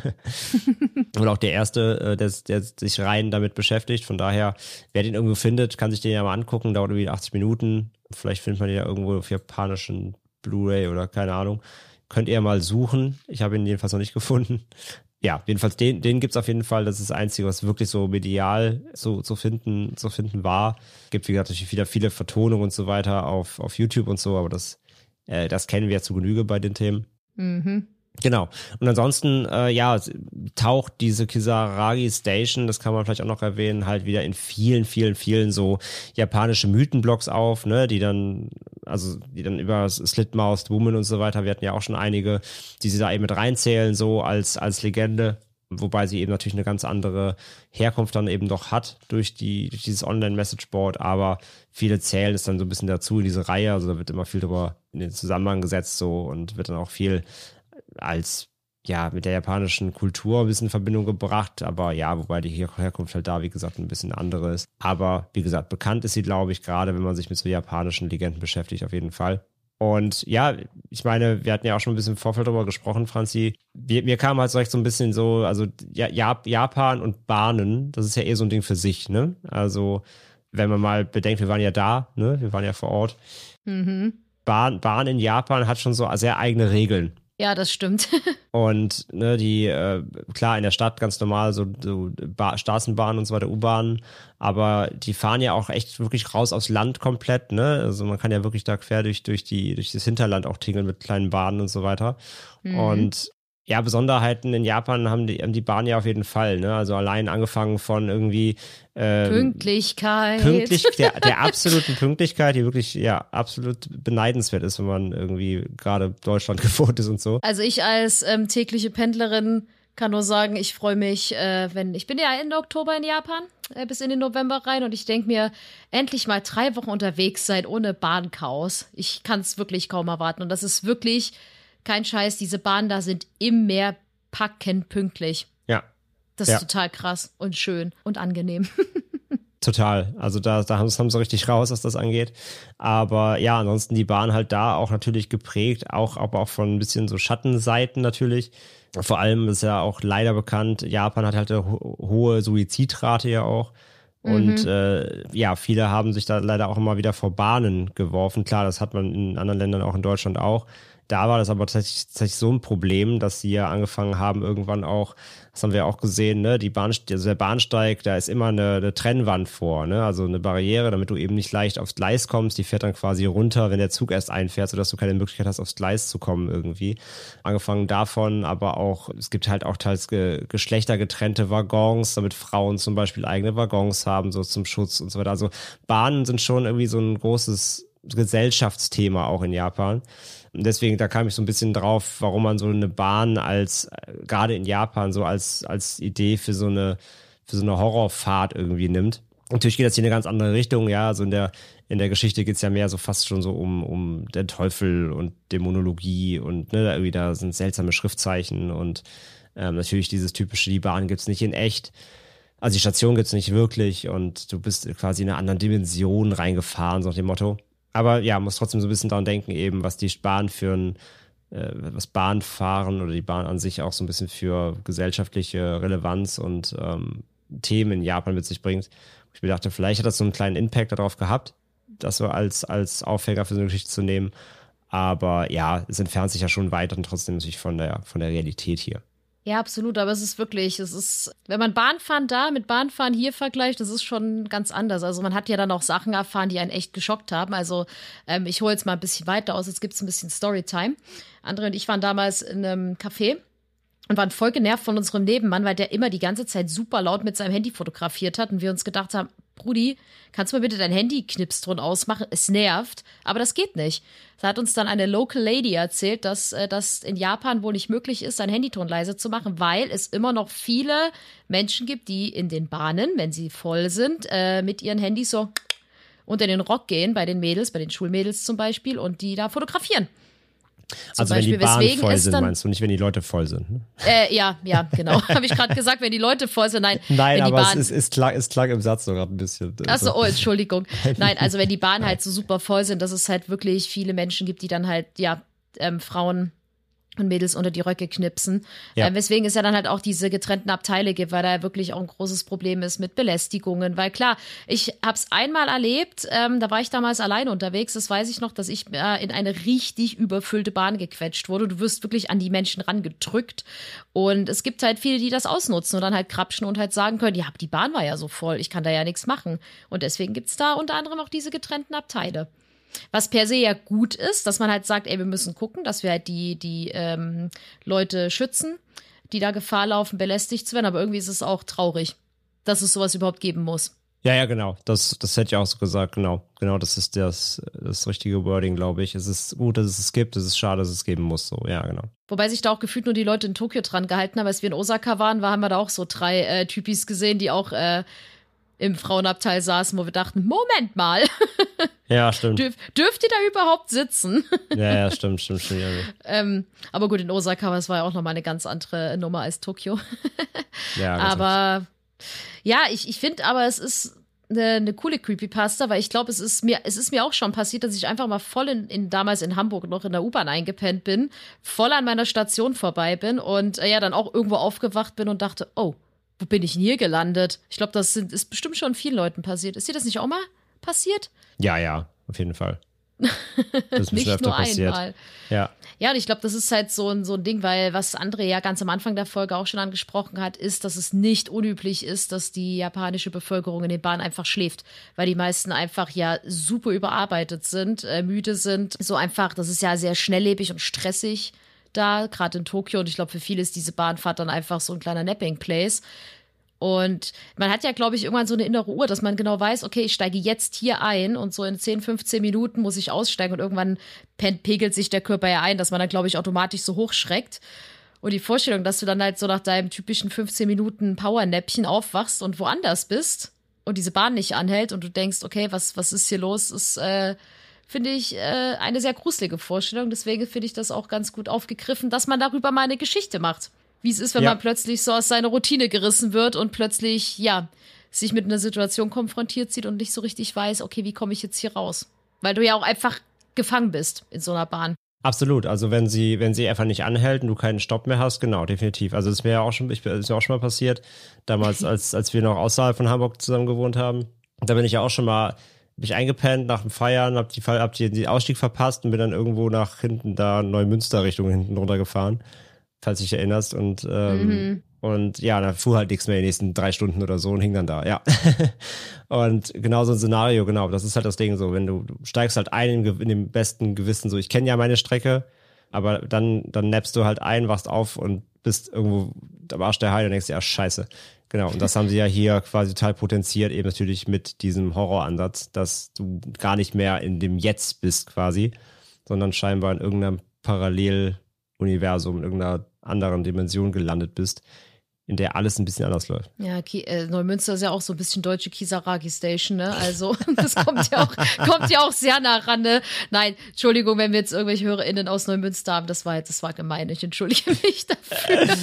Und auch der erste, der sich rein damit beschäftigt. Von daher, wer den irgendwo findet, kann sich den ja mal angucken. Dauert irgendwie 80 Minuten. Vielleicht findet man den ja irgendwo auf japanischen Blu-ray oder keine Ahnung. Könnt ihr mal suchen. Ich habe ihn jedenfalls noch nicht gefunden. Ja, jedenfalls den gibt's auf jeden Fall. Das ist das Einzige, was wirklich so medial so finden war. Gibt, wie gesagt, natürlich wieder viele Vertonungen und so weiter auf YouTube und so, aber das kennen wir ja zu Genüge bei den Themen. Genau. Und ansonsten, taucht diese Kisaragi Station, das kann man vielleicht auch noch erwähnen, halt wieder in vielen, vielen, vielen so japanische Mythenblogs auf, ne, die dann über Slit-Mouthed Woman und so weiter, wir hatten ja auch schon einige, die sie da eben mit reinzählen, so als Legende, wobei sie eben natürlich eine ganz andere Herkunft dann eben doch hat durch dieses Online-Messageboard, aber viele zählen es dann so ein bisschen dazu in diese Reihe, also da wird immer viel drüber in den Zusammenhang gesetzt so und wird dann auch viel als mit der japanischen Kultur ein bisschen in Verbindung gebracht, aber ja, wobei die Herkunft halt da, wie gesagt, ein bisschen andere ist. Aber wie gesagt, bekannt ist sie, glaube ich, gerade wenn man sich mit so japanischen Legenden beschäftigt, auf jeden Fall. Und ja, ich meine, wir hatten ja auch schon ein bisschen im Vorfeld darüber gesprochen, Franzi. Mir kam halt so ein bisschen so, also Japan und Bahnen, das ist ja eher so ein Ding für sich, ne? Also, wenn man mal bedenkt, wir waren ja da, ne? Wir waren ja vor Ort. Bahn in Japan hat schon so sehr eigene Regeln. Ja, das stimmt. Und klar, in der Stadt ganz normal, so Straßenbahnen und so weiter, U-Bahnen, aber die fahren ja auch echt wirklich raus aufs Land komplett, ne? Also man kann ja wirklich da quer durch das Hinterland auch tingeln mit kleinen Bahnen und so weiter. Und ja, Besonderheiten in Japan haben die Bahn ja auf jeden Fall, ne? Also allein angefangen von irgendwie Pünktlichkeit. Der absoluten Pünktlichkeit, die wirklich absolut beneidenswert ist, wenn man irgendwie gerade Deutschland gewohnt ist und so. Also ich als tägliche Pendlerin kann nur sagen, ich freue mich, ich bin ja Ende Oktober in Japan, bis in den November rein und ich denke mir, endlich mal 3 Wochen unterwegs sein ohne Bahnchaos. Ich kann es wirklich kaum erwarten und das ist wirklich kein Scheiß, diese Bahnen da sind im Meer packend pünktlich. Ja. Das ist total krass und schön und angenehm. Total. Also da haben sie richtig raus, was das angeht. Aber ja, ansonsten die Bahn halt da auch natürlich geprägt, aber auch von ein bisschen so Schattenseiten natürlich. Vor allem ist ja auch leider bekannt, Japan hat halt eine hohe Suizidrate ja auch. Und viele haben sich da leider auch immer wieder vor Bahnen geworfen. Klar, das hat man in anderen Ländern, auch in Deutschland auch. da war das aber tatsächlich so ein Problem, dass sie ja angefangen haben, irgendwann auch, das haben wir auch gesehen, ne, also der Bahnsteig, da ist immer eine Trennwand vor, ne, also eine Barriere, damit du eben nicht leicht aufs Gleis kommst, die fährt dann quasi runter, wenn der Zug erst einfährt, sodass du keine Möglichkeit hast, aufs Gleis zu kommen irgendwie. Angefangen davon, aber auch, es gibt halt auch teils geschlechtergetrennte Waggons, damit Frauen zum Beispiel eigene Waggons haben, so zum Schutz und so weiter. Also Bahnen sind schon irgendwie so ein großes Gesellschaftsthema auch in Japan. Und deswegen, da kam ich so ein bisschen drauf, warum man so eine Bahn gerade in Japan so als Idee für so eine Horrorfahrt irgendwie nimmt. Natürlich geht das hier in eine ganz andere Richtung, ja, also in der Geschichte geht es ja mehr so fast schon so um den Teufel und Dämonologie und ne, irgendwie da sind seltsame Schriftzeichen und natürlich dieses typische, die Bahn gibt's nicht in echt. Also die Station gibt's nicht wirklich und du bist quasi in eine andere Dimension reingefahren, so nach dem Motto. Aber ja, muss trotzdem so ein bisschen daran denken, eben, was die Bahn was Bahnfahren oder die Bahn an sich auch so ein bisschen für gesellschaftliche Relevanz und Themen in Japan mit sich bringt. Ich mir dachte, vielleicht hat das so einen kleinen Impact darauf gehabt, das so als Aufhänger für so eine Geschichte zu nehmen. Aber ja, es entfernt sich ja schon weiter und trotzdem natürlich von der Realität hier. Ja, absolut, aber es ist, wenn man Bahnfahren da mit Bahnfahren hier vergleicht, das ist schon ganz anders. Also man hat ja dann auch Sachen erfahren, die einen echt geschockt haben. Also ich hole jetzt mal ein bisschen weiter aus, jetzt gibt es ein bisschen Storytime. Andre und ich waren damals in einem Café und waren voll genervt von unserem Nebenmann, weil der immer die ganze Zeit super laut mit seinem Handy fotografiert hat und wir uns gedacht haben, Brudi, kannst du mal bitte dein Handy-Knipston ausmachen? Es nervt, aber das geht nicht. Da hat uns dann eine Local Lady erzählt, dass das in Japan wohl nicht möglich ist, sein Handyton leise zu machen, weil es immer noch viele Menschen gibt, die in den Bahnen, wenn sie voll sind, mit ihren Handys so unter den Rock gehen, bei den Mädels, bei den Schulmädels zum Beispiel, und die da fotografieren. Also wenn die Bahnen voll sind, meinst du, nicht wenn die Leute voll sind? Ne? Ja, genau. Habe ich gerade gesagt, wenn die Leute voll sind. Nein, wenn aber die Bahn, es klang im Satz so gerade ein bisschen. Achso, oh, Entschuldigung. Nein, also wenn die Bahnen halt so super voll sind, dass es halt wirklich viele Menschen gibt, die dann halt, Frauen und Mädels unter die Röcke knipsen. Ja. Weswegen es ja dann halt auch diese getrennten Abteile gibt, weil da wirklich auch ein großes Problem ist mit Belästigungen. Weil klar, ich habe es einmal erlebt, da war ich damals alleine unterwegs, das weiß ich noch, dass ich in eine richtig überfüllte Bahn gequetscht wurde. Du wirst wirklich an die Menschen rangedrückt. Und es gibt halt viele, die das ausnutzen und dann halt krapschen und halt sagen können, ja, die Bahn war ja so voll, ich kann da ja nichts machen. Und deswegen gibt's da unter anderem auch diese getrennten Abteile. Was per se ja gut ist, dass man halt sagt, ey, wir müssen gucken, dass wir halt die Leute schützen, die da Gefahr laufen, belästigt zu werden. Aber irgendwie ist es auch traurig, dass es sowas überhaupt geben muss. Ja, genau. Das hätte ich auch so gesagt. Genau, das ist das richtige Wording, glaube ich. Es ist gut, dass es gibt. Es ist schade, dass es geben muss. So, ja, genau. Wobei sich da auch gefühlt nur die Leute in Tokio dran gehalten haben. Als wir in Osaka waren, haben wir da auch so 3 Typis gesehen, die auch im Frauenabteil saßen, wo wir dachten, Moment mal. Ja, stimmt. Dürft ihr da überhaupt sitzen? Ja, stimmt. Ja. Aber gut, in Osaka, das war ja auch nochmal eine ganz andere Nummer als Tokio. Ja, aber ja, ich finde aber, es ist eine coole Creepypasta, weil ich glaube, es ist mir auch schon passiert, dass ich einfach mal voll damals in Hamburg noch in der U-Bahn eingepennt bin, voll an meiner Station vorbei bin und dann auch irgendwo aufgewacht bin und dachte, oh, wo bin ich denn hier gelandet? Ich glaube, das ist bestimmt schon vielen Leuten passiert. Ist dir das nicht auch mal passiert? Ja, auf jeden Fall. Das ist nicht öfter nur passiert. Einmal. Ja, und ich glaube, das ist halt so ein Ding, weil was André ja ganz am Anfang der Folge auch schon angesprochen hat, ist, dass es nicht unüblich ist, dass die japanische Bevölkerung in den Bahnen einfach schläft, weil die meisten einfach ja super überarbeitet sind, müde sind. So einfach, das ist ja sehr schnelllebig und stressig da, gerade in Tokio. Und ich glaube, für viele ist diese Bahnfahrt dann einfach so ein kleiner Napping-Place. Und man hat ja, glaube ich, irgendwann so eine innere Uhr, dass man genau weiß, okay, ich steige jetzt hier ein und so in 10, 15 Minuten muss ich aussteigen und irgendwann pegelt sich der Körper ja ein, dass man dann, glaube ich, automatisch so hochschreckt. Und die Vorstellung, dass du dann halt so nach deinem typischen 15 Minuten Powernäppchen aufwachst und woanders bist und diese Bahn nicht anhält und du denkst, okay, was ist hier los, ist, finde ich, eine sehr gruselige Vorstellung. Deswegen finde ich das auch ganz gut aufgegriffen, dass man darüber mal eine Geschichte macht. Wie es ist, wenn man plötzlich so aus seiner Routine gerissen wird und plötzlich, sich mit einer Situation konfrontiert sieht und nicht so richtig weiß, okay, wie komme ich jetzt hier raus? Weil du ja auch einfach gefangen bist in so einer Bahn. Absolut. Also wenn sie einfach nicht anhält und du keinen Stopp mehr hast, genau, definitiv. Also das ist mir auch schon mal passiert. Damals, als wir noch außerhalb von Hamburg zusammen gewohnt haben. Da bin ich ja auch schon mal Bin ich eingepennt nach dem Feiern, hab die Ausstieg verpasst und bin dann irgendwo nach hinten da Neumünster Richtung hinten runtergefahren, falls du dich erinnerst. Und ja, dann fuhr halt nichts mehr die nächsten 3 Stunden oder so und hing dann da, ja. Und genau so ein Szenario, genau, das ist halt das Ding so, wenn du steigst halt ein in dem besten Gewissen, so ich kenne ja meine Strecke, aber dann nappst du halt ein, wachst auf und bist irgendwo am Arsch der Heide und denkst dir, ja, scheiße. Genau, und das haben sie ja hier quasi total potenziert, eben natürlich mit diesem Horroransatz, dass du gar nicht mehr in dem Jetzt bist quasi, sondern scheinbar in irgendeinem Paralleluniversum, in irgendeiner anderen Dimension gelandet bist, in der alles ein bisschen anders läuft. Ja, Neumünster ist ja auch so ein bisschen deutsche Kisaragi Station, ne? Also das kommt ja auch sehr nah ran, ne? Nein, Entschuldigung, wenn wir jetzt irgendwelche HörerInnen aus Neumünster haben, das war gemein, ich entschuldige mich dafür.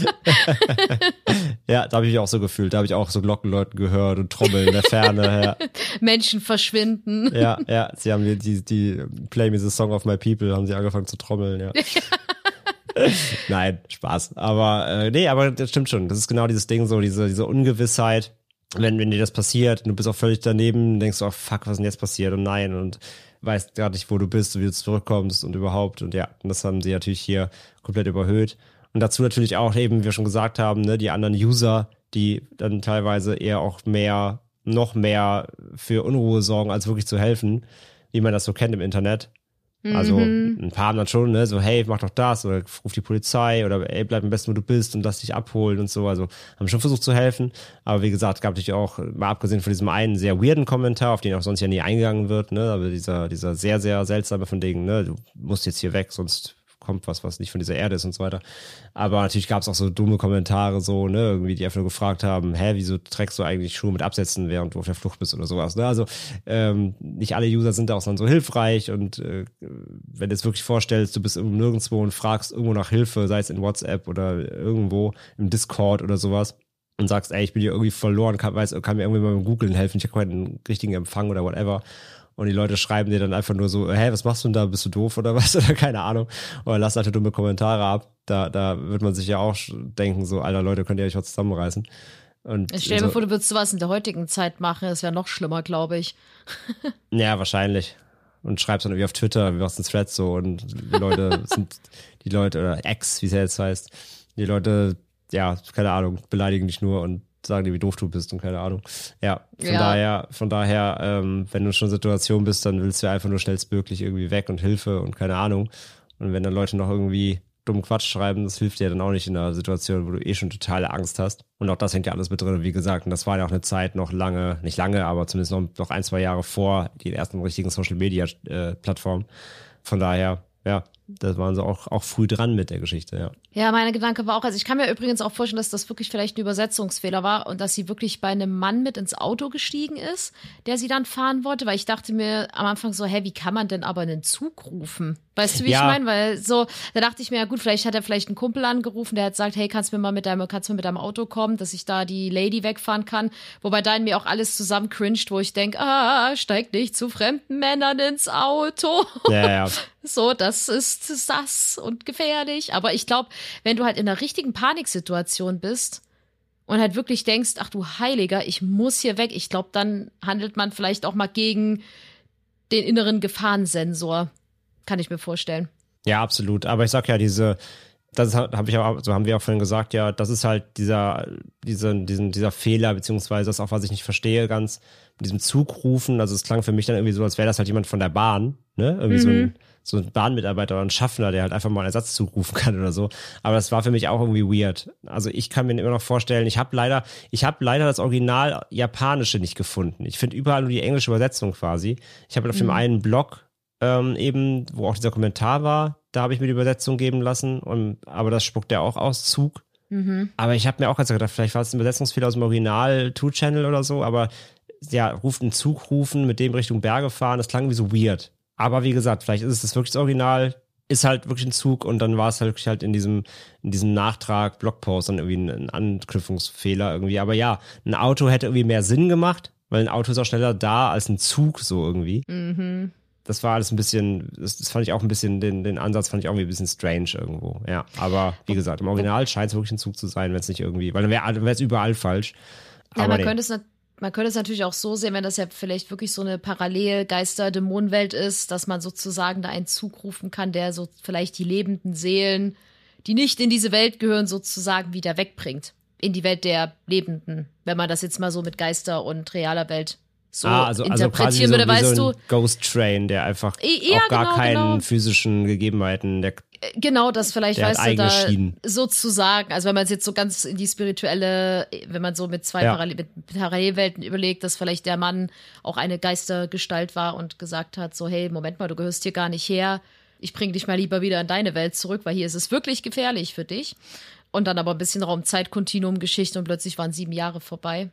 Ja, da habe ich mich auch so gefühlt, da habe ich auch so Glockenläuten gehört und Trommeln in der Ferne. Ja. Menschen verschwinden. Ja, sie haben die Play Me the Song of My People, haben sie angefangen zu trommeln, ja. Nein, Spaß. Aber nee, aber das stimmt schon. Das ist genau dieses Ding, so diese Ungewissheit, wenn dir das passiert und du bist auch völlig daneben, denkst du auch, fuck, was ist denn jetzt passiert? Und nein, und weißt gar nicht, wo du bist und wie du zurückkommst und überhaupt. Und ja, das haben sie natürlich hier komplett überhöht. Und dazu natürlich auch eben, wie wir schon gesagt haben, ne, die anderen User, die dann teilweise eher auch noch mehr für Unruhe sorgen, als wirklich zu helfen, wie man das so kennt im Internet. Also ein paar haben dann schon, ne, so hey, mach doch das oder ruf die Polizei oder ey, bleib am besten, wo du bist und lass dich abholen und so. Also haben schon versucht zu helfen, aber wie gesagt, gab natürlich auch, mal abgesehen von diesem einen sehr weirden Kommentar, auf den auch sonst ja nie eingegangen wird, ne, aber dieser sehr, sehr seltsame von denen, ne, du musst jetzt hier weg, sonst kommt was nicht von dieser Erde ist und so weiter. Aber natürlich gab es auch so dumme Kommentare, so, ne, irgendwie, die einfach nur gefragt haben, wieso trägst du eigentlich Schuhe mit Absätzen, während du auf der Flucht bist oder sowas, ne? Also, nicht alle User sind da auch dann so hilfreich und wenn du es wirklich vorstellst, du bist irgendwo nirgendwo und fragst irgendwo nach Hilfe, sei es in WhatsApp oder irgendwo im Discord oder sowas und sagst, ey, ich bin hier irgendwie verloren, kann mir irgendwie mal beim Googlen helfen, ich habe keinen richtigen Empfang oder whatever. Und die Leute schreiben dir dann einfach nur so, was machst du denn da, bist du doof oder was? Oder keine Ahnung. Oder lass einfach dumme Kommentare ab. Da wird man sich ja auch denken, so, Alter, Leute, könnt ihr euch was zusammenreißen. Und ich stell mir vor, du würdest sowas in der heutigen Zeit machen, das wäre noch schlimmer, glaube ich. Ja, wahrscheinlich. Und schreibst dann irgendwie auf Twitter, wie was ein Thread so. Und die Leute, oder X, wie es ja jetzt heißt, die Leute, ja, keine Ahnung, beleidigen dich nur und sagen dir, wie doof du bist und keine Ahnung. Ja, von daher, wenn du schon in einer Situation bist, dann willst du einfach nur schnellstmöglich irgendwie weg und Hilfe und keine Ahnung. Und wenn dann Leute noch irgendwie dummen Quatsch schreiben, das hilft dir dann auch nicht in einer Situation, wo du eh schon totale Angst hast. Und auch das hängt ja alles mit drin, wie gesagt. Und das war ja auch eine Zeit noch nicht lange, aber zumindest noch 1-2 Jahre vor die ersten richtigen Social-Media-Plattformen. Von daher, ja, da waren sie auch früh dran mit der Geschichte, ja. Ja, mein Gedanke war auch, also ich kann mir übrigens auch vorstellen, dass das wirklich vielleicht ein Übersetzungsfehler war und dass sie wirklich bei einem Mann mit ins Auto gestiegen ist, der sie dann fahren wollte, weil ich dachte mir am Anfang so, wie kann man denn aber einen Zug rufen? Weißt du, wie ich meine? Weil so, da dachte ich mir, ja gut, vielleicht hat er vielleicht einen Kumpel angerufen, der hat gesagt, hey, kannst du mit deinem Auto kommen, dass ich da die Lady wegfahren kann? Wobei da in mir auch alles zusammen cringed, wo ich denke, steig nicht zu fremden Männern ins Auto. Ja. So, das ist sass und gefährlich. Aber ich glaube, wenn du halt in einer richtigen Paniksituation bist und halt wirklich denkst, ach du Heiliger, ich muss hier weg, ich glaube, dann handelt man vielleicht auch mal gegen den inneren Gefahrensensor. Kann ich mir vorstellen. Ja, absolut. Aber ich sag ja, so haben wir auch vorhin gesagt, ja, das ist halt dieser Fehler, beziehungsweise das auch, was ich nicht verstehe, ganz mit diesem Zugrufen. Also es klang für mich dann irgendwie so, als wäre das halt jemand von der Bahn, ne? Irgendwie so ein Bahnmitarbeiter oder ein Schaffner, der halt einfach mal einen Ersatzzug rufen kann oder so. Aber das war für mich auch irgendwie weird. Also ich kann mir immer noch vorstellen, ich habe leider das Original Japanische nicht gefunden. Ich finde überall nur die englische Übersetzung quasi. Ich habe auf dem einen Blog eben, wo auch dieser Kommentar war, da habe ich mir die Übersetzung geben lassen, aber das spuckt ja auch aus, Zug. Aber ich habe mir auch ganz gedacht, vielleicht war es ein Übersetzungsfehler aus dem Original 2-Channel oder so, aber ja, einen Zug rufen, mit dem Richtung Berge fahren, das klang irgendwie so weird. Aber wie gesagt, vielleicht ist es das wirklich das Original, ist halt wirklich ein Zug und dann war es halt wirklich halt in diesem Nachtrag, Blogpost dann irgendwie ein Anknüpfungsfehler irgendwie. Aber ja, ein Auto hätte irgendwie mehr Sinn gemacht, weil ein Auto ist auch schneller da als ein Zug so irgendwie. Das war alles ein bisschen, das fand ich auch ein bisschen, den Ansatz fand ich auch irgendwie ein bisschen strange irgendwo. Ja, aber wie gesagt, im Original scheint es wirklich ein Zug zu sein, wenn es nicht irgendwie, weil dann wäre es überall falsch. Ja, aber Man könnte es natürlich auch so sehen, wenn das ja vielleicht wirklich so eine Parallelgeister-Dämonenwelt ist, dass man sozusagen da einen Zug rufen kann, der so vielleicht die lebenden Seelen, die nicht in diese Welt gehören, sozusagen wieder wegbringt. In die Welt der Lebenden. Wenn man das jetzt mal so mit Geister und realer Welt so interpretieren würde, quasi weißt so du. ein Ghost Train, der einfach Ja, auch gar keinen genau. physischen Gegebenheiten, Genau, das vielleicht, der hat weißt du, eigene da Schienen. sozusagen, also wenn man es jetzt so ganz in die spirituelle, wenn man so mit zwei mit Parallelwelten überlegt, dass vielleicht der Mann auch eine Geistergestalt war und gesagt hat, so, hey, Moment mal, du gehörst hier gar nicht her, ich bring dich mal lieber wieder in deine Welt zurück, weil hier ist es wirklich gefährlich für dich. Und dann aber ein bisschen Raum-Zeit-Kontinuum-Geschichte und plötzlich waren 7 Jahre vorbei.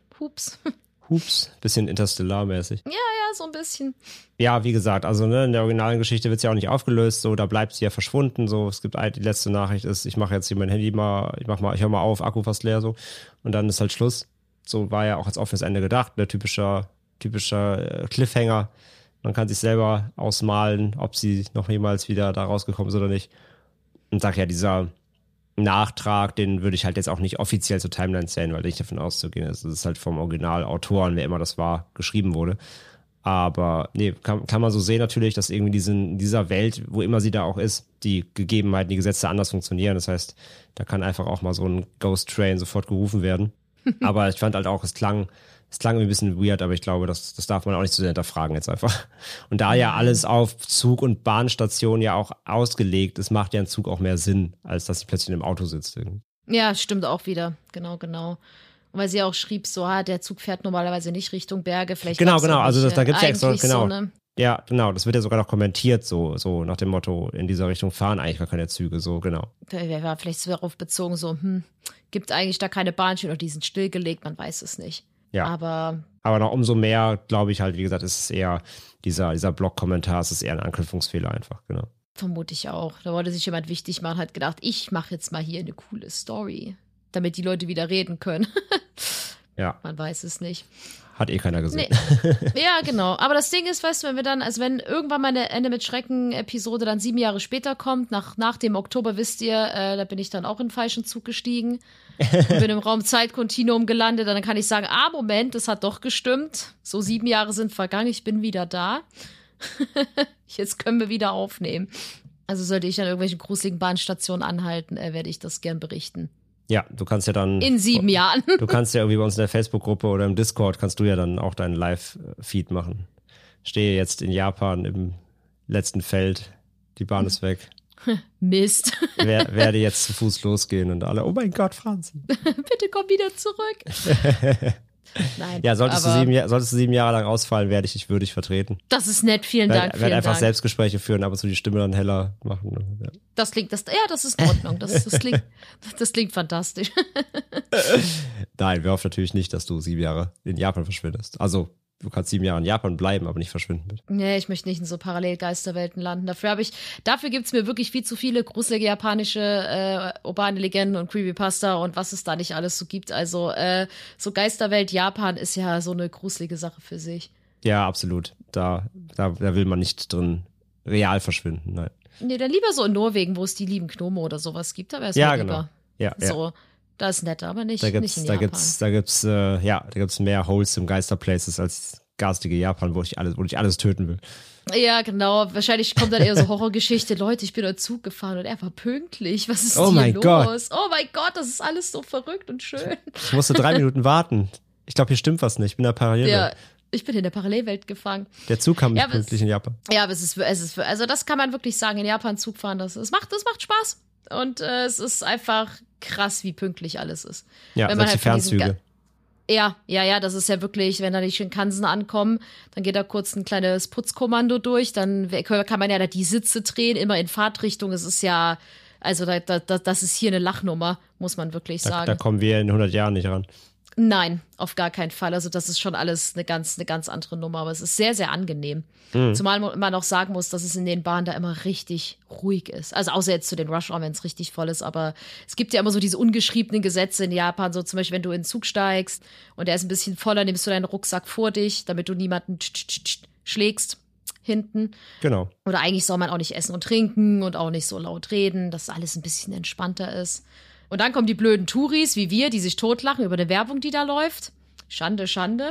Hups, bisschen interstellarmäßig. Ja, so ein bisschen. Ja, wie gesagt, also in der originalen Geschichte wird sie auch nicht aufgelöst, so, da bleibt sie ja verschwunden, so, es gibt die letzte Nachricht ist, ich mache jetzt hier mein Handy mal, ich höre mal auf, Akku fast leer, so, und dann ist halt Schluss. So war ja auch als offenes Ende gedacht, ne, typischer Cliffhanger. Man kann sich selber ausmalen, ob sie noch jemals wieder da rausgekommen ist oder nicht. Und sag ja, dieser Nachtrag, den würde ich halt jetzt auch nicht offiziell zur Timeline zählen, weil nicht davon auszugehen ist. Das ist halt vom Originalautoren, wer immer das war, geschrieben wurde. Aber nee, kann man so sehen natürlich, dass irgendwie in dieser Welt, wo immer sie da auch ist, die Gegebenheiten, die Gesetze anders funktionieren. Das heißt, da kann einfach auch mal so ein Ghost Train sofort gerufen werden. Aber ich fand halt auch, es klang irgendwie ein bisschen weird, aber ich glaube, das darf man auch nicht zu sehr hinterfragen jetzt einfach. Und da ja alles auf Zug- und Bahnstation ja auch ausgelegt ist, macht ja ein Zug auch mehr Sinn, als dass sie plötzlich in einem Auto sitzt. Irgendwie. Ja, stimmt auch wieder. Genau. Und weil sie auch schrieb, so, der Zug fährt normalerweise nicht Richtung Berge. Vielleicht genau. Also da gibt es ja extra, genau. So, ne? Ja, genau. Das wird ja sogar noch kommentiert, so nach dem Motto, in dieser Richtung fahren eigentlich gar keine Züge, so, genau. Wer war vielleicht so darauf bezogen, so, gibt eigentlich da keine Bahnschienen oder die sind stillgelegt, man weiß es nicht. Ja. Aber noch umso mehr, glaube ich halt, wie gesagt, ist es eher dieser Blog-Kommentar, es ist eher ein Anknüpfungsfehler einfach, genau. Vermute ich auch. Da wollte sich jemand wichtig machen, hat gedacht, ich mache jetzt mal hier eine coole Story, damit die Leute wieder reden können. Ja. Man weiß es nicht. Hat keiner gesehen. Nee. Ja, genau. Aber das Ding ist, weißt du, wenn irgendwann mal eine Ende mit Schrecken-Episode dann 7 Jahre später kommt, nach dem Oktober, wisst ihr, da bin ich dann auch in den falschen Zug gestiegen und bin im Raum-Zeit-Kontinuum gelandet. Dann kann ich sagen, Moment, das hat doch gestimmt. So 7 Jahre sind vergangen, ich bin wieder da. Jetzt können wir wieder aufnehmen. Also sollte ich an irgendwelchen gruseligen Bahnstationen anhalten, werde ich das gern berichten. Ja, du kannst ja dann... In 7 Jahren. Du kannst ja irgendwie bei uns in der Facebook-Gruppe oder im Discord kannst du ja dann auch deinen Live-Feed machen. Stehe jetzt in Japan im letzten Feld, die Bahn ist weg. Mist. Werde jetzt zu Fuß losgehen und alle, oh mein Gott, Franzi. Bitte komm wieder zurück. Nein, ja, solltest du 7 Jahre lang ausfallen, werde ich dich würdig vertreten. Das ist nett, vielen Dank. Werde einfach Selbstgespräche führen, ab und zu die Stimme dann heller machen. Ja. Das ist in Ordnung. Das klingt fantastisch. Nein, wir hoffen natürlich nicht, dass du 7 Jahre in Japan verschwindest. Also, du kannst 7 Jahre in Japan bleiben, aber nicht verschwinden. Nee, ich möchte nicht in so Parallelgeisterwelten landen. Dafür gibt's mir wirklich viel zu viele gruselige japanische urbane Legenden und Creepypasta und was es da nicht alles so gibt. Also so Geisterwelt Japan ist ja so eine gruselige Sache für sich. Ja, absolut. Da will man nicht drin real verschwinden, nein. Nee, dann lieber so in Norwegen, wo es die lieben Gnome oder sowas gibt. Da wäre es mir lieber. Ja, so. Das ist nett, aber nicht in Japan. Da gibt's mehr wholesome Geisterplaces als garstige Japan, wo ich alles töten will. Ja, genau. Wahrscheinlich kommt dann eher so Horrorgeschichte. Leute, ich bin in Zug gefahren und er war pünktlich. Was ist hier los? Gott. Oh mein Gott, das ist alles so verrückt und schön. Ich musste 3 Minuten warten. Ich glaube, hier stimmt was nicht. Ich bin in der Parallelwelt. Ja, ich bin in der Parallelwelt gefangen. Der Zug kam nicht pünktlich in Japan. Ja, aber also das kann man wirklich sagen. In Japan Zug fahren, das macht Spaß. Und es ist einfach krass, wie pünktlich alles ist. Ja, wenn man selbst die Fernzüge. Ja, das ist ja wirklich, wenn da die Shinkansen ankommen, dann geht da kurz ein kleines Putzkommando durch, dann kann man ja da die Sitze drehen, immer in Fahrtrichtung. Es ist ja, also das ist hier eine Lachnummer, muss man wirklich sagen. Da kommen wir in 100 Jahren nicht ran. Nein, auf gar keinen Fall. Also das ist schon alles eine ganz andere Nummer, aber es ist sehr, sehr angenehm. Zumal man auch sagen muss, dass es in den Bahnen da immer richtig ruhig ist. Also außer jetzt zu den Rush-Hour, wenn es richtig voll ist, aber es gibt ja immer so diese ungeschriebenen Gesetze in Japan, so zum Beispiel, wenn du in den Zug steigst und der ist ein bisschen voller, nimmst du deinen Rucksack vor dich, damit du niemanden schlägst hinten. Genau. Oder eigentlich soll man auch nicht essen und trinken und auch nicht so laut reden, dass alles ein bisschen entspannter ist. Und dann kommen die blöden Touris wie wir, die sich totlachen über eine Werbung, die da läuft. Schande, Schande.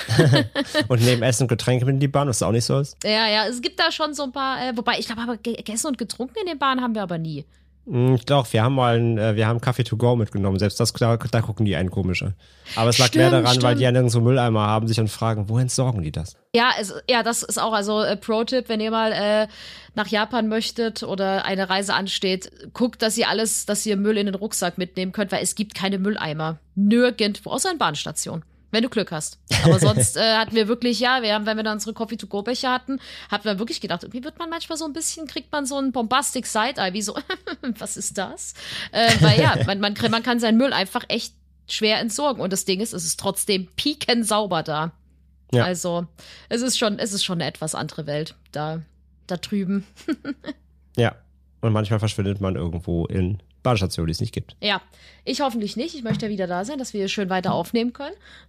Und neben Essen und Getränke mit in die Bahn, was auch nicht so ist. Ja, es gibt da schon so ein paar, wobei ich glaube, aber gegessen und getrunken in den Bahnen haben wir aber nie. Doch, wir haben Kaffee to go mitgenommen. Selbst das, da gucken die einen komische. Aber es lag mehr daran, weil die ja nirgendwo Mülleimer haben, sich dann fragen, wo entsorgen die das? Ja, das ist auch, also Pro-Tipp, wenn ihr mal nach Japan möchtet oder eine Reise ansteht, guckt, dass ihr Müll in den Rucksack mitnehmen könnt, weil es gibt keine Mülleimer. Nirgendwo, außer in Bahnstationen. Wenn du Glück hast. Aber sonst hatten wir wirklich, wenn wir dann unsere Coffee-to-go-Becher hatten, hatten wir wirklich gedacht, irgendwie wird man manchmal so ein bisschen, kriegt man so ein bombastic Side-Eye, wie so, was ist das? Weil ja, man kann seinen Müll einfach echt schwer entsorgen. Und das Ding ist, es ist trotzdem piekensauber da. Ja. Also, es ist schon eine etwas andere Welt da drüben. Ja, und manchmal verschwindet man irgendwo in Bahnstation, die es nicht gibt. Ja, ich hoffentlich nicht. Ich möchte ja wieder da sein, dass wir schön weiter aufnehmen können.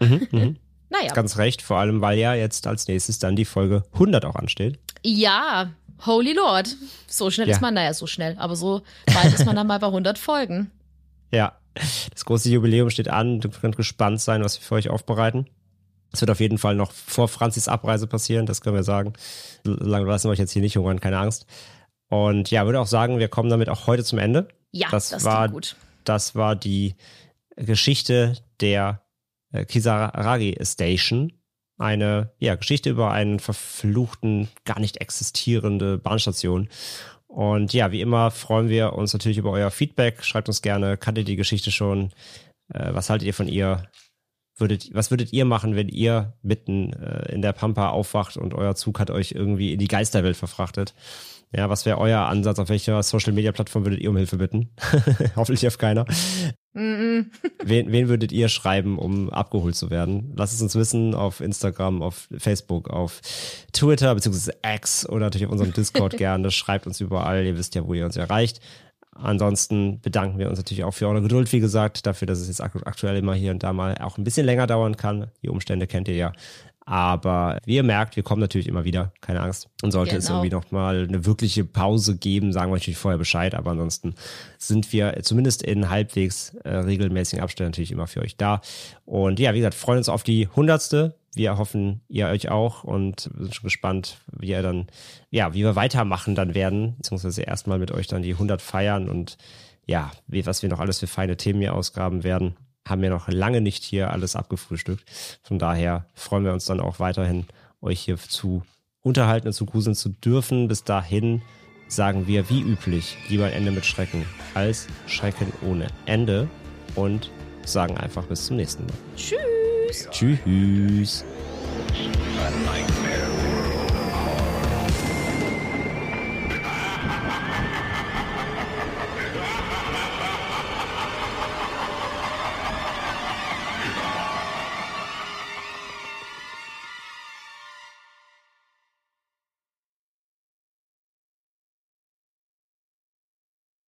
Naja. Ganz recht, vor allem, weil ja jetzt als nächstes dann die Folge 100 auch ansteht. Ja, holy Lord. So schnell ist man, so schnell, aber so bald ist man dann mal bei 100 Folgen. Ja, das große Jubiläum steht an. Ihr könnt gespannt sein, was wir für euch aufbereiten. Es wird auf jeden Fall noch vor Franzis Abreise passieren, das können wir sagen. Lange lassen wir euch jetzt hier nicht hungern, keine Angst. Und ja, würde auch sagen, wir kommen damit auch heute zum Ende. Ja, das war gut. Das war die Geschichte der Kisaragi Station. Eine Geschichte über einen verfluchten, gar nicht existierende Bahnstation. Und ja, wie immer freuen wir uns natürlich über euer Feedback. Schreibt uns gerne, kanntet ihr die Geschichte schon? Was haltet ihr von ihr? Was würdet ihr machen, wenn ihr mitten in der Pampa aufwacht und euer Zug hat euch irgendwie in die Geisterwelt verfrachtet? Ja, was wäre euer Ansatz? Auf welcher Social-Media-Plattform würdet ihr um Hilfe bitten? Hoffentlich auf keiner. Wen würdet ihr schreiben, um abgeholt zu werden? Lasst es uns wissen auf Instagram, auf Facebook, auf Twitter, beziehungsweise X oder natürlich auf unserem Discord gerne. Schreibt uns überall, ihr wisst ja, wo ihr uns erreicht. Ansonsten bedanken wir uns natürlich auch für eure Geduld, wie gesagt, dafür, dass es jetzt aktuell immer hier und da mal auch ein bisschen länger dauern kann. Die Umstände kennt ihr ja. Aber wie ihr merkt, wir kommen natürlich immer wieder, keine Angst. Und sollte es irgendwie noch mal eine wirkliche Pause geben, sagen wir natürlich vorher Bescheid. Aber ansonsten sind wir zumindest in halbwegs regelmäßigen Abständen natürlich immer für euch da. Und ja, wie gesagt, freuen uns auf die 100. Wir hoffen, ihr euch auch und sind schon gespannt, wie wir weitermachen dann werden, beziehungsweise erstmal mit euch dann die 100 feiern und ja, was wir noch alles für feine Themen hier ausgraben werden. Haben wir noch lange nicht hier alles abgefrühstückt. Von daher freuen wir uns dann auch weiterhin, euch hier zu unterhalten und zu gruseln zu dürfen. Bis dahin sagen wir wie üblich lieber ein Ende mit Schrecken als Schrecken ohne Ende und sagen einfach bis zum nächsten Mal. Tschüss. Tschüss. A nightmare.